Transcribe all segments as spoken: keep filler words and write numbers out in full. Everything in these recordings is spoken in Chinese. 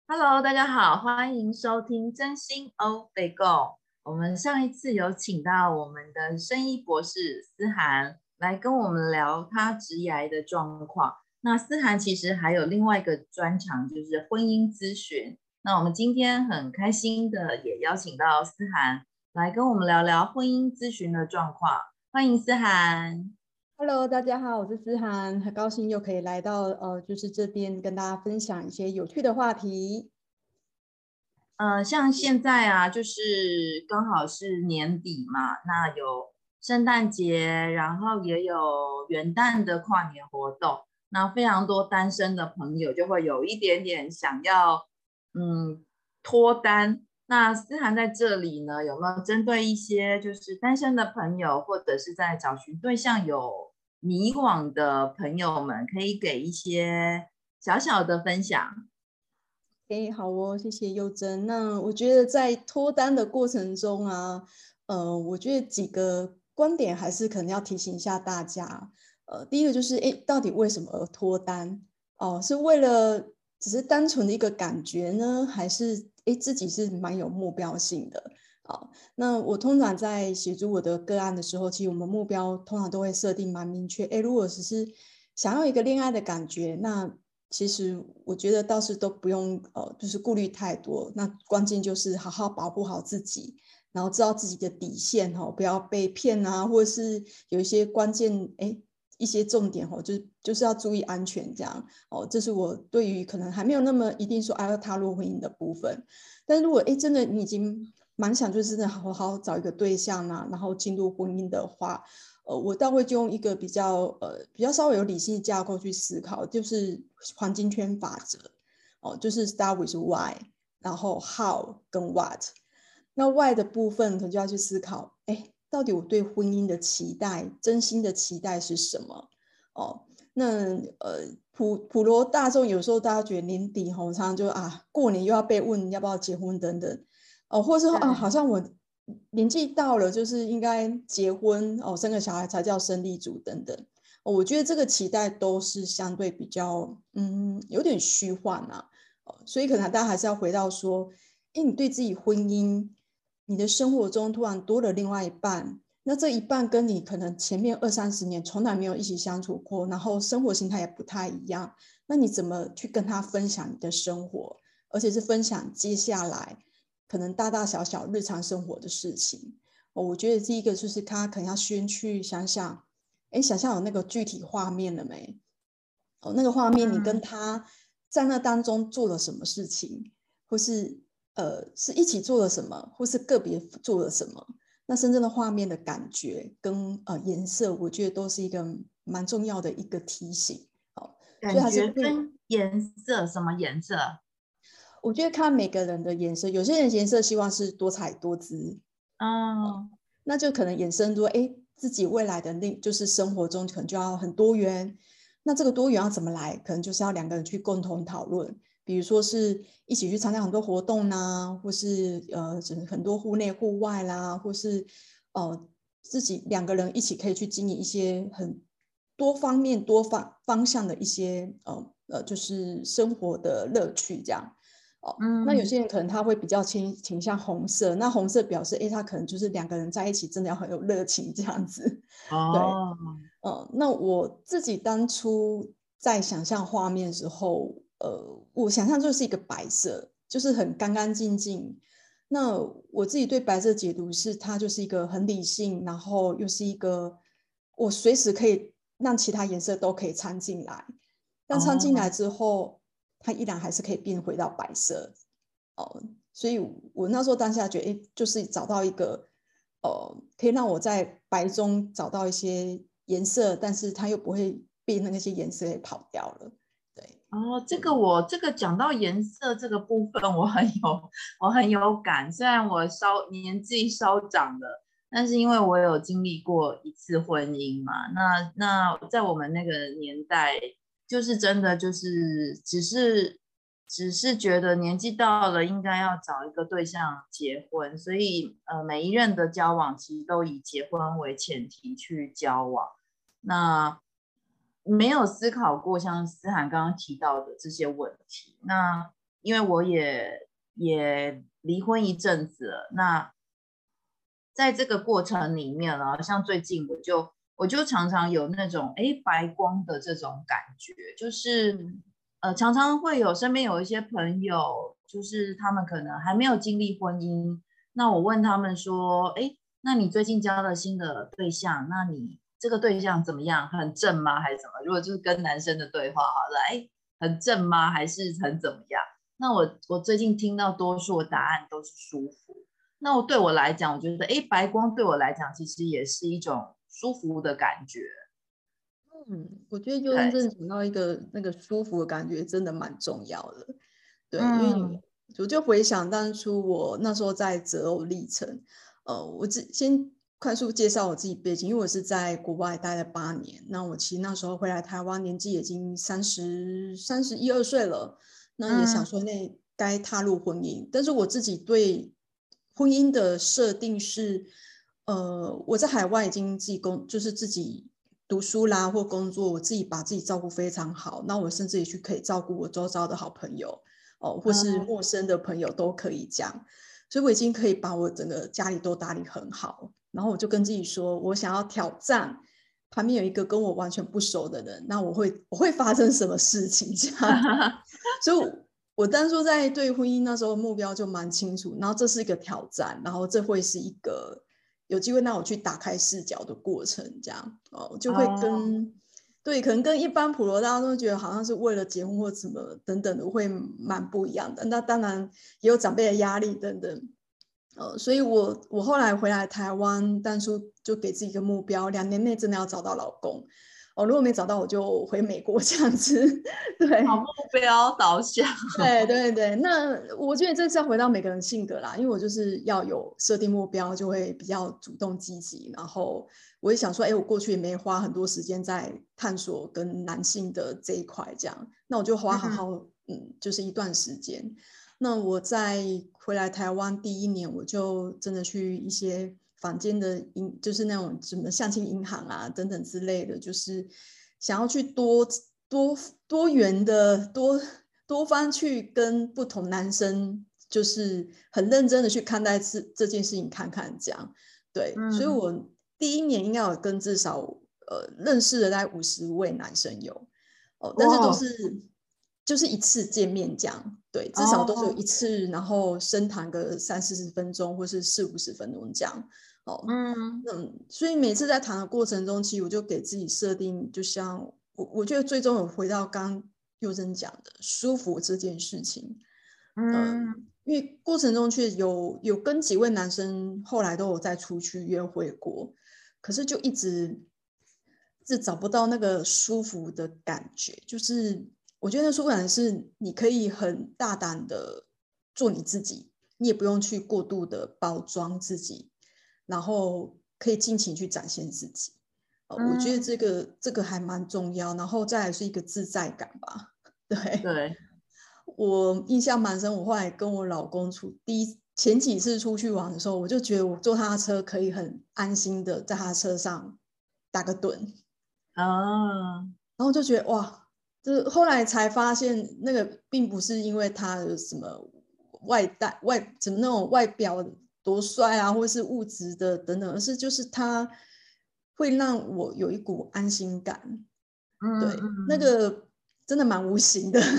Hello，大家好，欢迎收听真心欧北共。我们上一次有请到我们的生医博士思涵来跟我们聊他职涯的状况。那思涵其实还有另外一个专长，就是婚姻咨询。那我们今天很开心的也邀请到思涵来跟我们聊聊婚姻咨询的状况。欢迎思涵。 Hello，大家好，我是思涵，很高兴又可以来到呃，就是这边跟大家分享一些有趣的话题。 呃，像现在啊，就是刚好是年底嘛，那有圣诞节，然后也有元旦的跨年活动，那非常多单身的朋友就会有一点点想要，嗯，脱单。那思涵在这里呢，有没有针对一些就是单身的朋友，或者是在找寻对象有迷惘的朋友们，可以给一些小小的分享？ 哎，好哦，谢谢佑珍。那我觉得在脱单的过程中啊，呃，我觉得几个观点还是可能要提醒一下大家。呃，第一个就是，哎，到底为什么而脱单？哦，是为了只是单纯的一个感觉呢，还是哎自己是蛮有目标性的？好，那我通常在协助我的个案的时候，其实我们目标通常都会设定蛮明确。哎，如果只是想要一个恋爱的感觉，那其实我觉得倒是都不用呃，就是顾虑太多。那关键就是好好保护好自己，然后知道自己的底线哦，不要被骗啊，或者是有一些关键哎一些重点哦，就是就是要注意安全这样哦。这是我对于可能还没有那么一定说啊要踏入婚姻的部分。但是如果哎真的你已经蛮想就是真的好好找一个对象啊，然后进入婚姻的话，呃，我倒会就用一个比较呃比较稍微有理性的架构去思考，就是黄金圈法则哦，就是 start with why，然后 how 跟 what。那 why 的部分可能就要去思考，哎，到底我对婚姻的期待，真心的期待是什么？哦，那呃普普罗大众有时候大家觉得年底吼，常常就啊过年又要被问要不要结婚等等，哦，或者是啊好像我年纪到了，就是应该结婚哦，生个小孩才叫胜利组等等。哦，我觉得这个期待都是相对比较，嗯，有点虚幻啊。哦，所以可能大家还是要回到说，哎，你对自己婚姻，你的生活中突然多了另外一半，那这一半跟你可能前面二三十年从来没有一起相处过，然后生活形态也不太一样，那你怎么去跟他分享你的生活，而且是分享接下来可能大大小小日常生活的事情？哦，我觉得第一个就是他可能要先去想想，哎，想象有那个具体画面了没？哦，那个画面你跟嗯。 他在那当中做了什么事情，或是呃是一起做了什么，或是个别做了什么？那真正的画面的感觉跟呃颜色，我觉得都是一个蛮重要的一个提醒。好，所以感还是可以， 觉跟颜色，什么颜色？ 我觉得看每个人的颜色，有些人颜色希望是多彩多姿， 哦。 那就可能衍生出，哎，自己未来的那就是生活中可能就要很多元。那这个多元要怎么来？可能就是要两个人去共同讨论，比如说是一起去参加很多活动啦，或是呃很多户内户外啦，或是呃自己两个人一起可以去经营一些很多方面多方方向的一些呃呃就是生活的乐趣这样。哦，那有嗯。 些人可能他会比较倾倾向红色，那红色表示，哎，他可能就是两个人在一起真的要很有热情这样子。对， 哦。 呃，那我自己当初在想象画面的时候，呃，我想象就是一个白色，就是很干干净净。那我自己对白色解读是，它就是一个很理性，然后又是一个我随时可以让其他颜色都可以掺进来，但掺进来哦。 之后，它依然还是可以变回到白色。哦，所以我那时候当下觉得，哎，就是找到一个，呃，可以让我在白中找到一些颜色，但是它又不会被那些颜色给跑掉了。对， 哦，这个嗯， 我这个讲到颜色这个部分，我很有我很有感。虽然我稍年纪稍长了，但是因为我有经历过一次婚姻嘛，那那在我们那个年代，就是真的就是只是只是觉得年纪到了，应该要找一个对象结婚，所以呃每一任的交往其实都以结婚为前提去交往。那没有思考过像思涵刚刚提到的这些问题。那因为我也也离婚一阵子了，那在这个过程里面呢，像最近我就我就常常有那种哎白光的这种感觉，就是嗯呃常常会有身边有一些朋友，就是他们可能还没有经历婚姻，那我问他们说，哎，那你最近交了新的对象，那你这个对象怎么样？很正吗？还是怎么？如果就是跟男生的对话，好了，哎，很正吗？还是很怎么样？那我我最近听到多数的答案都是舒服。那我对我来讲，我觉得，哎，白光对我来讲，其实也是一种舒服的感觉。 嗯，我觉得就真对， 正讲到一个那个舒服的感觉，真的蛮重要的。对，因为嗯我就回想当初我那时候在择偶历程，呃，我只先快速介绍我自己背景，因为我是在国外待了八年，那我其实那时候回来台湾，年纪已经三十三十一二岁了，那也想嗯说那该踏入婚姻，但是我自己对婚姻的设定是，呃，我在海外已经自己工，就是自己读书啦或工作，我自己把自己照顾非常好，那我甚至也去可以照顾我周遭的好朋友。哦，或是嗯， 陌生的朋友都可以这样，所以我已经可以把我整个家里都打理很好。然后我就跟自己说，我想要挑战旁边有一个跟我完全不熟的人，那我会我会发生什么事情这样？所以我，我当初在对婚姻那时候目标就蛮清楚，然后这是一个挑战，然后这会是一个有机会让我去打开视角的过程，这样哦，就会哦， 跟对，可能跟一般普罗大家都觉得好像是为了结婚或什么等等的，会蛮不一样的。那当然也有长辈的压力等等，呃，所以我我后来回来台湾，当初就给自己一个目标，两年内真的要找到老公。哦，如果没找到，我就回美国这样子。 好对， 目标导向。 对对对，那我觉得这是要回到每个人性格啦，因为我就是要有设定目标，就会比较主动积极，然后我也想说，哎，我过去也没花很多时间在探索跟男性的这一块，这样，那我就花好嗯好，嗯，就是一段时间。那我在回来台湾第一年，我就真的去一些坊间的银，就是那种什么相亲银行啊等等之类的，就是想要去多多多元的多多方去跟不同男生，就是很认真的去看待这这件事情，看看这样。对，所以嗯， 我第一年应该有跟至少呃认识了大概五十位男生有哦，但是都哇是就是一次见面这样，对，至少都是有哦， 一次，然后深谈个三四十分钟，或是四五十分钟这样。哦， 嗯嗯，所以每次在谈的过程中，其实我就给自己设定，就像我我觉得最终有回到刚佑珍讲的舒服这件事情，嗯， 嗯， 因为过程中却有有跟几位男生后来都有再出去约会过，可是就一直是找不到那个舒服的感觉，就是我觉得舒服感是你可以很大胆的做你自己，你也不用去过度的包装自己，然后可以尽情去展现自己。呃，我觉得嗯， 这个这个还蛮重要，然后再来是一个自在感吧。对， 对， 我印象蛮深，我后来跟我老公出第一前几次出去玩的时候，我就觉得我坐他的车可以很安心的在他车上打个盹， 啊， 然后就觉得哇，就是后来才发现那个并不是因为他的什么外带外怎么那种外表多帅啊，或是物质的等等，而是就是他会让我有一股安心感。 嗯对，那嗯， 个真的蛮无形的。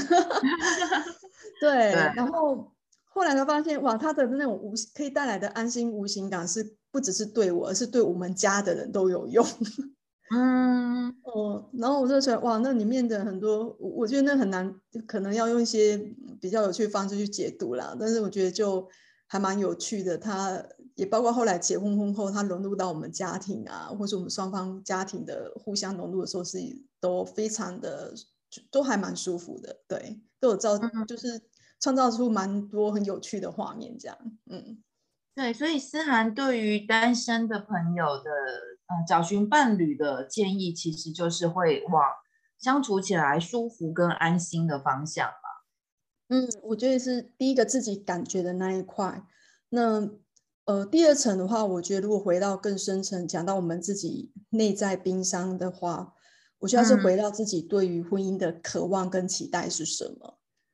对， 对，然后后来才发现，哇，他的那种无可以带来的安心无形感是不只是对我，而是对我们家的人都有用。 嗯， 哦，然后我就觉得，哇，那里面的很多，我觉得那很难，可能要用一些比较有趣的方式去解读啦。但是我觉得就还蛮有趣的，它也包括后来结婚婚后，它融入到我们家庭啊，或者我们双方家庭的互相融入的时候，是都非常的，都还蛮舒服的。对，都有造， 嗯。 就是创造出蛮多很有趣的画面，这样。嗯。 对，所以思涵对于单身的朋友的，呃，找寻伴侣的建议，其实就是会往相处起来舒服跟安心的方向。 嗯，我觉得是第一个自己感觉的那一块。那呃，第二层的话，我觉得如果回到更深层，讲到我们自己内在冰箱的话，我觉得是嗯回到自己对于婚姻的渴望跟期待是什么。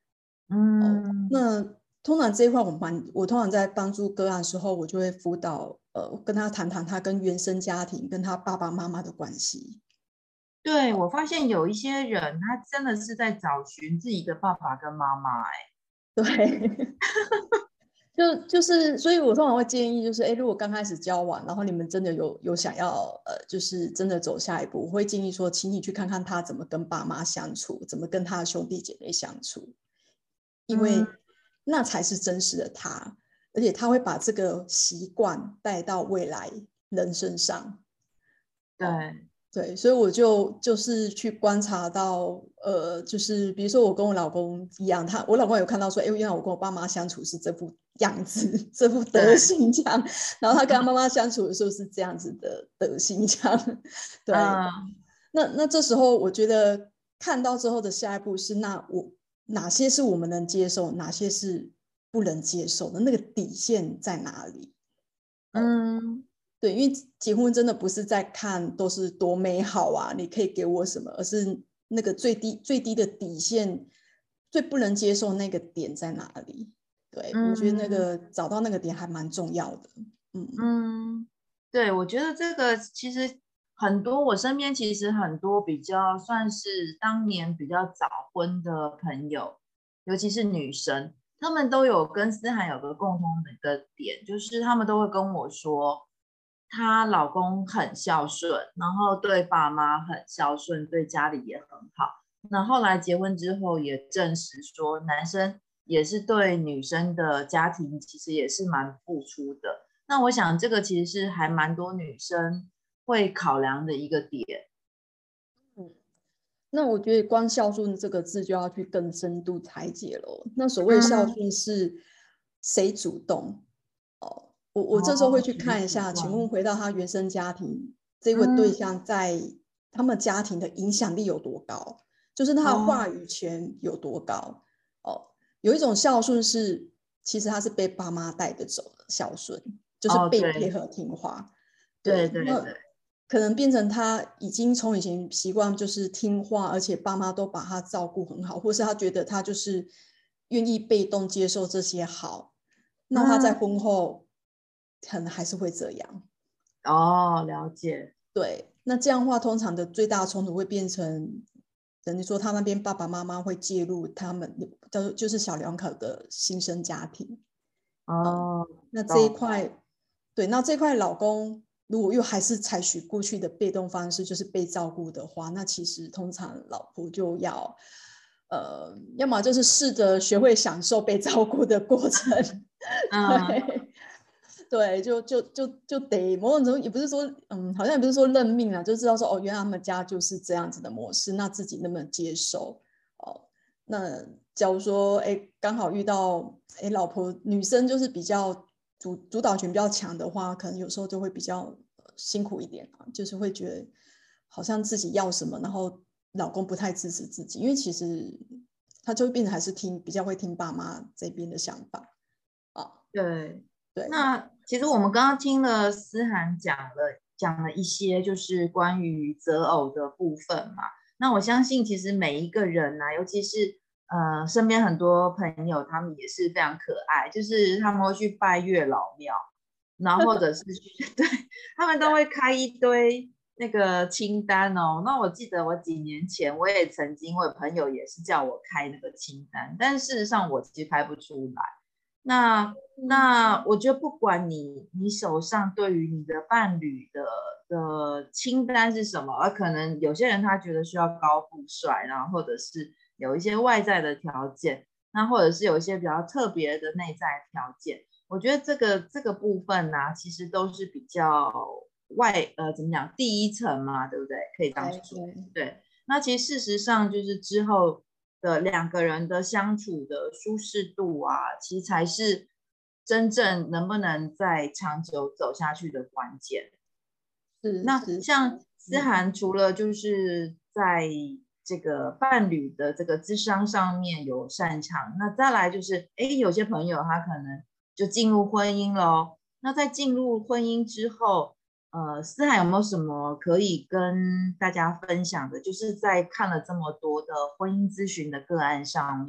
嗯， 那通常这一块我蛮，我通常在帮助个案的时候，我就会辅导，呃，跟他谈谈他跟原生家庭跟他爸爸妈妈的关系。 对，我发现有一些人，他真的是在找寻自己的爸爸跟妈妈、欸， 对，就就是，所以我通常会建议，就是，哎，如果刚开始交往，然后你们真的有有想要，呃，就是真的走下一步，我会建议说，请你去看看他怎么跟爸妈相处，怎么跟他的兄弟姐妹相处，因嗯， 为那才是真实的他，而且他会把这个习惯带到未来人身上。哦， 对， 对，所以我就就是去观察到，呃，就是比如说我跟我老公一样，他我老公有看到说，哎，原来我跟我爸妈相处是这副样子，这副德对， 行这样，然后他跟他妈妈相处的时候是这样子的德行这样，对， 嗯， 那那这时候我觉得看到之后的下一步是，那我哪些是我们能接受，哪些是不能接受的，那个底线在哪里？哦， 嗯， 对，因为结婚真的不是在看都是多美好啊，你可以给我什么，而是那个最低最低的底线，最不能接受那个点在哪里？对，我觉得那嗯， 个找到那个点还蛮重要的。嗯嗯，对，我觉得这个其实很多，我身边其实很多比较算是当年比较早婚的朋友，尤其是女生，她们都有跟思涵有个共通的一个点，就是她们都会跟我说，她老公很孝顺，然后对爸妈很孝顺，对家里也很好。那后来结婚之后也证实说，男生也是对女生的家庭其实也是蛮付出的。那我想这个其实是还蛮多女生会考量的一个点。 嗯，那我觉得光孝顺这个字就要去更深度拆解了。那所谓孝嗯， 顺是谁主动？哦，我我这时候会哦， 去谁看一下，请主动？ 问回到他原生家庭，这位对嗯， 象在他们家庭的影响力有多高？就是他的话哦， 语权有多高？哦，有一种孝顺是，其实他是被爸妈带着走的孝顺，就是哦， 被配对， 合听话。 对， 对， 对， 那对， 可能变成他已经从以前习惯就是听话，而且爸妈都把他照顾很好，或是他觉得他就是愿意被动接受这些好，那他在嗯， 婚后可能还是会这样。 哦，了解， 对，那这样的话，通常的最大冲突会变成，等于说他那边爸爸妈妈会介入他们，叫就是小两口的新生家庭。哦， 哦， 那这一懂， 块，对，那这块老公如果又还是采取过去的被动方式，就是被照顾的话，那其实通常老婆就要，呃，要么就是试着学会享受被照顾的过程， 嗯， 对，对，就就就就得某种程度也不是说，嗯，好像也不是说认命啊，就知道说哦，原来他们家就是这样子的模式，那自己能不能接受？哦，那假如说，哎，刚好遇到，哎，老婆女生就是比较主主导权比较强的话，可能有时候就会比较辛苦一点啊，就是会觉得好像自己要什么，然后老公不太支持自己，因为其实他就会变成还是听比较会听爸妈这边的想法啊， 对。 对。 那其实我们刚刚听了思涵讲了讲了一些，就是关于择偶的部分嘛。那我相信，其实每一个人呐、尤其是呃身边很多朋友，他们也是非常可爱，就是他们会去拜月老庙，然后或者是去，对，他们都会开一堆那个清单哦。那我记得我几年前我也曾经，我有朋友也是叫我开那个清单，但事实上我其实开不出来。那那我觉得不管你你手上对于你的伴侣的的清单是什么，而可能有些人他觉得需要高富帅，然后或者是有一些外在的条件，那或者是有一些比较特别的内在条件，我觉得这个这个部分呢、啊其实都是比较外呃怎么讲第一层嘛，对不对？可以这样说， 对对， 对。那其实事实上就是之后的两个人的相处的舒适度啊，其实才是真正能不能再长久走下去的关键。那是是像是， 思嗯， 涵，除了就是在这个伴侣的这个咨商上面有擅长，那再来就是，哎，有些朋友他可能就进入婚姻咯。那在进入婚姻之后，呃，思涵有没有什么可以跟大家分享的？就是在看了这么多的婚姻咨询的个案上面，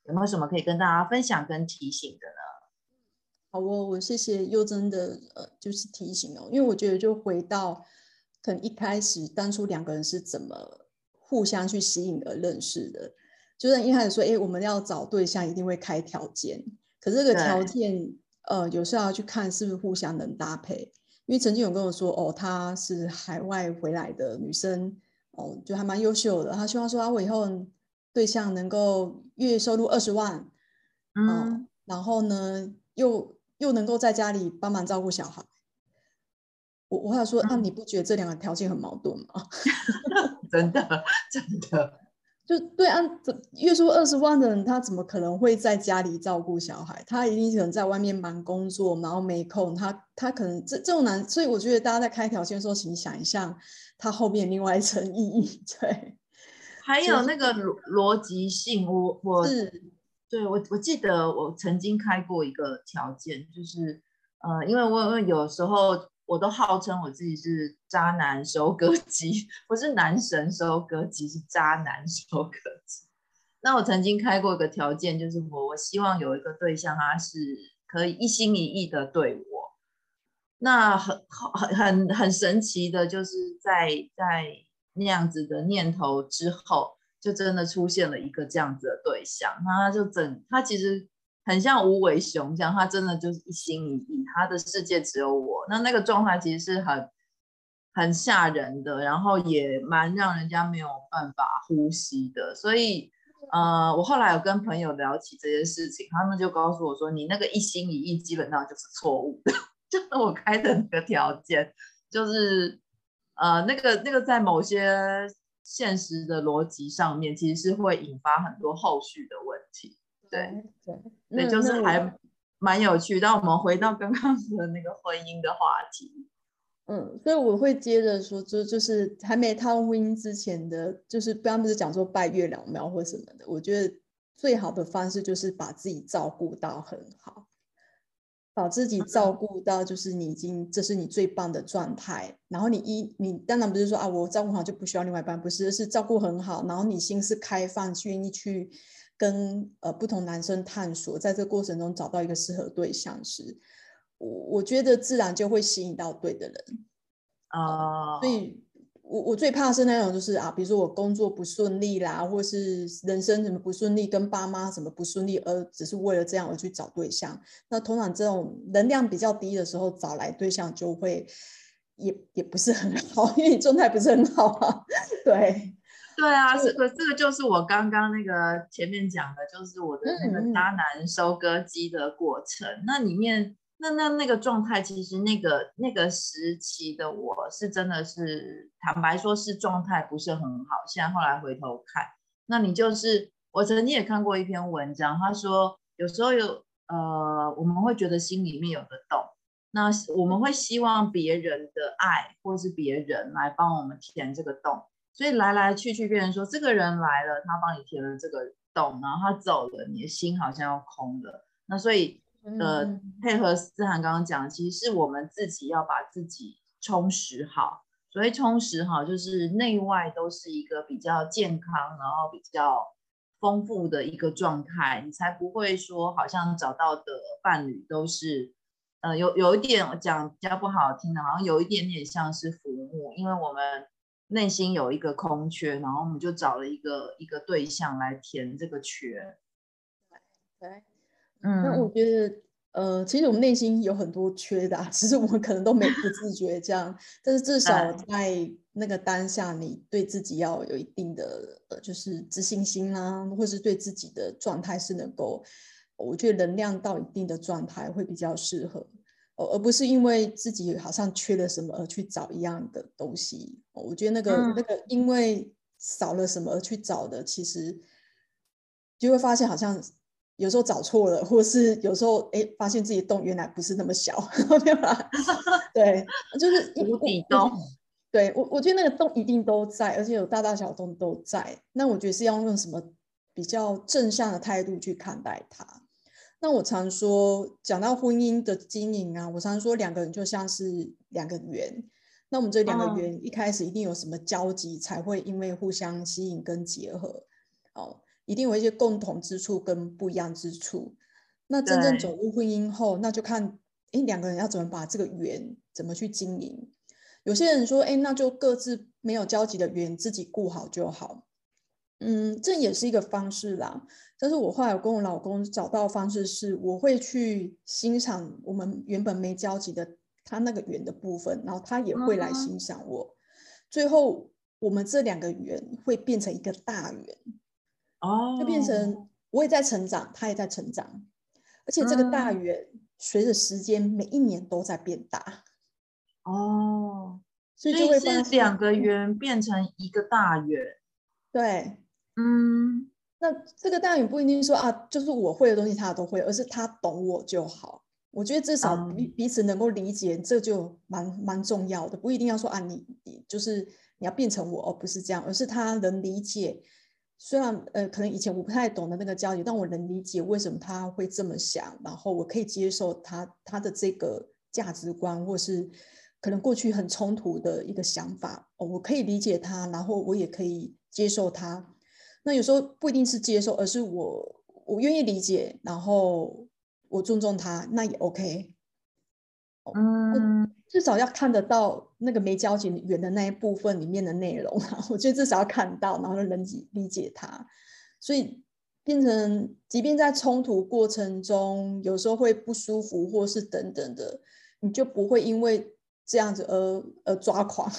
有没有什么可以跟大家分享跟提醒的呢？ 好哦，我谢谢佑真的呃，就是提醒哦，因为我觉得就回到可能一开始当初两个人是怎么互相去吸引而认识的，就是一开始说，哎，我们要找对象一定会开条件，可是这个条对， 件呃，有时候要去看是不是互相能搭配，因为曾经有跟我说，哦，她是海外回来的女生，哦，就还蛮优秀的，她希望说啊，我以后对象能够月收入二十万，哦， 嗯然后呢，又又能够在家里帮忙照顾小孩。我我还说，那、啊、你嗯， 不觉得这两个条件很矛盾吗？ 真的真的， 就对啊，月收二十万的人，他怎么可能会在家里照顾小孩？他一定可能在外面忙工作，然后没空。他他可能这这种难，所以我觉得大家在开条件的时候，请想一下他后面另外一层意义。对， 还有那个逻逻辑性，我我是， 对我我记得我曾经开过一个条件，就是呃，因为我因为有时候我都号称我自己是渣男收割机，不是男神收割机，是渣男收割机。那我曾经开过一个条件，就是我我希望有一个对象，他是可以一心一意的对我。那很很很很神奇的，就是在在那样子的念头之后，就真的出现了一个这样子的对象。那他就整，他其实很像无尾熊这样，他真的就是一心一意，他的世界只有我。那那个状态其实是很很吓人的，然后也蛮让人家没有办法呼吸的。所以，呃，我后来有跟朋友聊起这件事情，他们就告诉我说，你那个一心一意基本上就是错误的。就是我开的那个条件，就是呃，那个那个在某些现实的逻辑上面，其实是会引发很多后续的问题。对， 对对， 对， 那就是那我还蛮有趣。但我们回到刚刚的那个婚姻的话题， 嗯，所以我会接着说，就就是还没踏入婚姻之前的，就是刚不是讲说拜月老庙或什么的，我觉得最好的方式就是把自己照顾到很好。把自己照嗯顾到，就是你已经这是你最棒的状态。然后你一你当然不是说啊，我照顾好就不需要另外一半，不是，是照顾很好，然后你心是开放，愿意去跟呃不同男生探索，在这个过程中找到一个适合对象时，我我觉得自然就会吸引到对的人。哦，所呃， 以我我最怕是那种就是啊，比如说我工作不顺利啦，或是人生什么不顺利，跟爸妈什么不顺利，而只是为了这样而去找对象。那通常这种能量比较低的时候，找来对象就会也也不是很好，因为你状态不是很好啊。对， 对啊， 就这个这个就是我刚刚那个前面讲的，就是我的嗯那个渣嗯， 男收割机的过程。那里面那那那个状态，其实那个那个时期的我是真的是坦白说，是状态不是很好。现在后来回头看，那你就是我曾经也看过一篇文章，他说有时候有呃，我们会觉得心里面有个洞，那我们会希望别人的爱或是别人来帮我们填这个洞。所以来来去去，变成说这个人来了，他帮你填了这个洞，然后他走了，你的心好像要空了。那所以，呃， 嗯嗯， 配合思涵刚刚讲的，其实是我们自己要把自己充实好。所谓充实好，就是内外都是一个比较健康，然后比较丰富的一个状态，你才不会说好像找到的伴侣都是，呃，有有一点讲比较不好听的，好像有一点点像是浮木，因为我们内心有一个空缺，然后我们就找了一个一个对象来填这个缺。 对。那我嗯， 觉得，呃，其实我们内心有很多缺的啊，只是我们可能都没不自觉这样。但是至少对， 在那个当下，你对自己要有一定的，呃，就是自信心啦，或是对自己的状态是能够，我觉得能量到一定的状态会比较适合，呃而不是因为自己好像缺了什么而去找一样的东西。我觉得那个那嗯， 个因为少了什么而去找的，其实就会发现好像有时候找错了，或是有时候哎发现自己的洞原来不是那么小，没有啦。对，就是一无底我我觉得， 洞。 对我我觉得那个洞一定都在，而且有大大小洞都在。那我觉得是要用什么比较正向的态度去看待它。那我常说，讲到婚姻的经营啊，我常说两个人就像是两个圆。那我们这两个嗯圆一开始一定有什么交集，才会因为互相吸引跟结合。哦， 一定有一些共同之处跟不一样之处。那真正走对， 入婚姻后，那就看哎两个人要怎么把这个缘怎么去经营。有些人说，哎，那就各自没有交集的缘自己顾好就好。嗯，这也是一个方式啦。但是我后来有跟我老公找到的方式是，我会去欣赏我们原本没交集的他那个缘的部分，然后他也会来嗯， 欣赏我。最后，我们这两个缘会变成一个大缘，就变哦， 成我也在成长，他也在成长，而且这个大嗯， 缘随着时间每一年都在变大， 哦， 所以就会所以是发现， 两个嗯， 圆变成一个大圆。 对。 嗯， 那这个当然也不一定说啊，就是我会的东西他都会，而是他懂我就好。我觉得至少彼嗯， 彼此能够理解，这就蛮蛮重要的。不一定要说啊，你你就是你要变成我，而不是这样，而是他能理解。虽然呃，可能以前我不太懂的那个交集，但我能理解为什么他会这么想，然后我可以接受他他的这个价值观，或是可能过去很冲突的一个想法，哦，我可以理解他，然后我也可以接受他。那有时候不一定是接受，而是我我愿意理解，然后我尊重他，那也 OK。 嗯， 至少要看得到那个没交集缘的那一部分里面的内容啊，我觉得至少要看到，然后能理解他。所以变成，即便在冲突过程中，有时候会不舒服，或是等等的，你就不会因为这样子而而抓狂。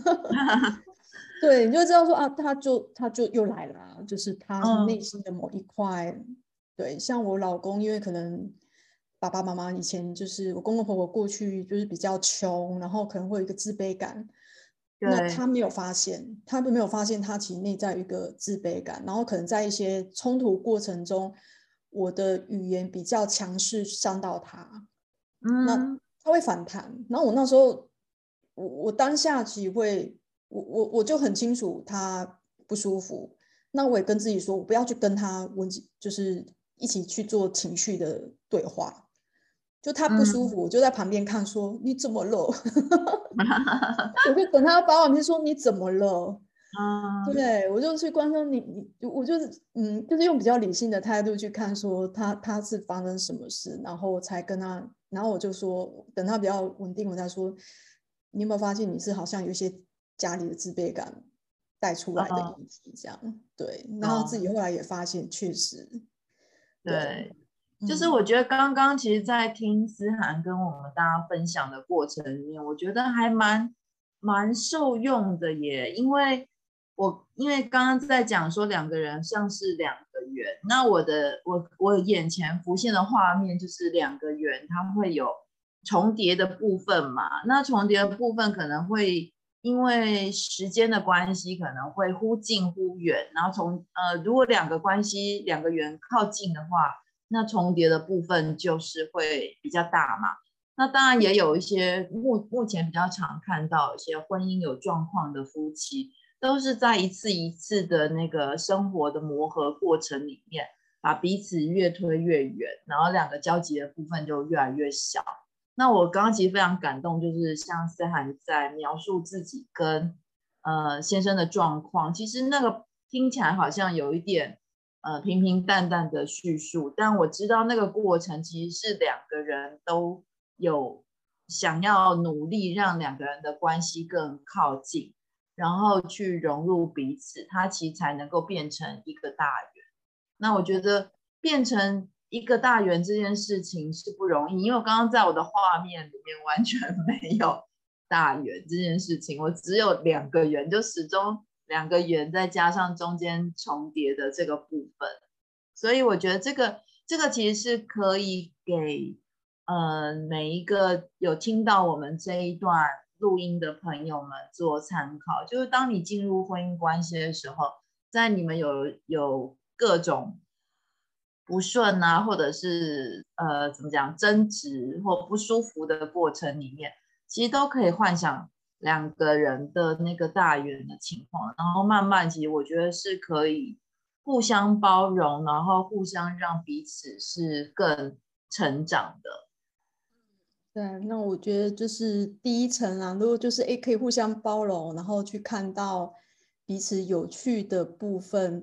对，你就知道说啊，他就他就又来了啊，就是他内嗯， 心的某一块。对，像我老公，因为可能爸爸妈妈以前就是我公公婆婆过去就是比较穷，然后可能会有一个自卑感，那对， 他没有发现，他都没有发现他其实内在有一个自卑感，然后可能在一些冲突过程中，我的语言比较强势伤到他，那嗯， 他会反弹。然后我那时候，我我当下其实会，我我我就很清楚他不舒服。那我也跟自己说，我不要去跟他文，就是一起去做情绪的对话。就他不舒嗯， 服，我就在旁边看，说你怎么了？我就等他把我面说你怎么了？ 嗯， 对，我就去关心你，你我就是嗯，就是用比较理性的态度去看，说他他是发生什么事，然后才跟他，然后我就说，等他比较稳定，我再说，你有没有发现你是好像有一些家里的自卑感带出来的嗯， 议题，这样对，然后自己懂， 后来也发现确实对， 对。就是嗯， 我觉得刚刚其实，在听思涵跟我们大家分享的过程里面，我觉得还蛮蛮受用的耶。因为我因为刚刚在讲说两个人像是两个圆，那我的我我眼前浮现的画面就是两个圆，它会有重叠的部分嘛。那重叠的部分可能会因为时间的关系，可能会忽近忽远。然后从呃，如果两个关系两个圆靠近的话，那重叠的部分就是会比较大嘛。那当然也有一些目目前比较常看到一些婚姻有状况的夫妻，都是在一次一次的那个生活的磨合过程里面，把彼此越推越远，然后两个交集的部分就越来越小。那我刚刚其实非常感动，就是像思涵在描述自己跟呃先生的状况，其实那个听起来好像有一点呃平平淡淡的叙述，但我知道那个过程其实是两个人都有想要努力让两个人的关系更靠近，然后去融入彼此，它其实才能够变成一个大圆。那我觉得变成一个大圆这件事情是不容易，因为我刚刚在我的画面里面完全没有大圆这件事情，我只有两个圆，就始终两个圆再加上中间重叠的这个部分，所以我觉得这个这个其实是可以给呃每一个有听到我们这一段录音的朋友们做参考，就是当你进入婚姻关系的时候，在你们有有各种不顺啊，或者是呃怎么讲争执或不舒服的过程里面，其实都可以幻想两个人的那个大圆的情况，然后慢慢，其实我觉得是可以互相包容，然后互相让彼此是更成长的。 对，那我觉得就是第一层啊，如果就是诶可以互相包容，然后去看到彼此有趣的部分，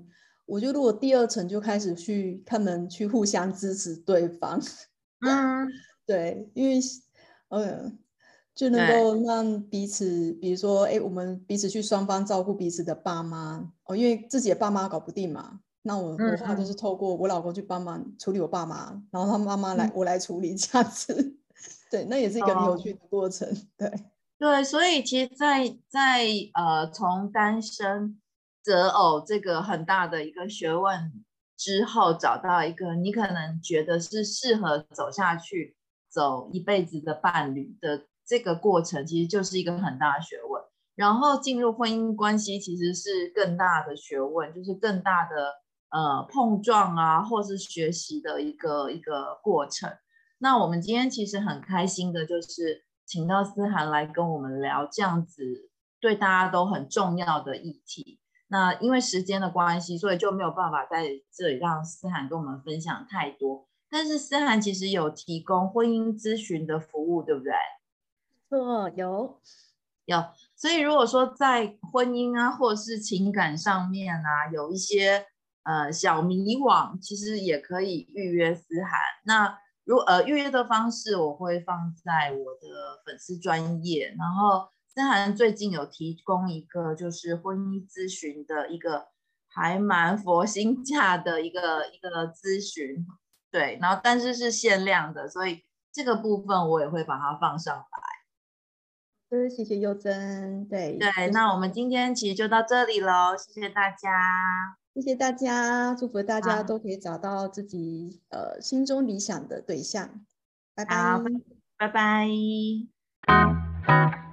我觉得如果第二层就开始去他们去互相支持对方， 嗯， 对，因为呃就能对， 够让彼此，比如说，哎，我们彼此去双方照顾彼此的爸妈哦，因为自己的爸妈搞不定嘛，那我我后来就嗯嗯是透过我老公去帮忙处理我爸妈，然后他妈妈来嗯， 我来处理这样子，对，那也是一个很有趣哦。 的过程，对。 对，所以其实在，在呃从单身择偶这个很大的一个学问之后，找到一个你可能觉得是适合走下去、走一辈子的伴侣的这个过程，其实就是一个很大的学问。然后进入婚姻关系，其实是更大的学问，就是更大的呃碰撞啊，或是学习的一个一个过程。那我们今天其实很开心的，就是请到思涵来跟我们聊这样子对大家都很重要的议题。那因为时间的关系，所以就没有办法在这里让思涵跟我们分享太多。但是思涵其实有提供婚姻咨询的服务，对不对？ 错，有。 有，所以如果说在婚姻啊，或者是情感上面啊，有一些呃小迷惘，其实也可以预约思涵。那如呃预约的方式，我会放在我的粉丝专页。然后思涵最近有提供一个就是婚姻咨询的一个还蛮佛心价的一个一个咨询，对，然后但是是限量的，所以这个部分我也会把它放上来。 呃，谢谢佑珍，对， 对， 就是那我们今天其实就到这里喽，谢谢大家。 谢谢大家，祝福大家好， 都可以找到自己呃心中理想的对象，拜拜。 好，拜拜。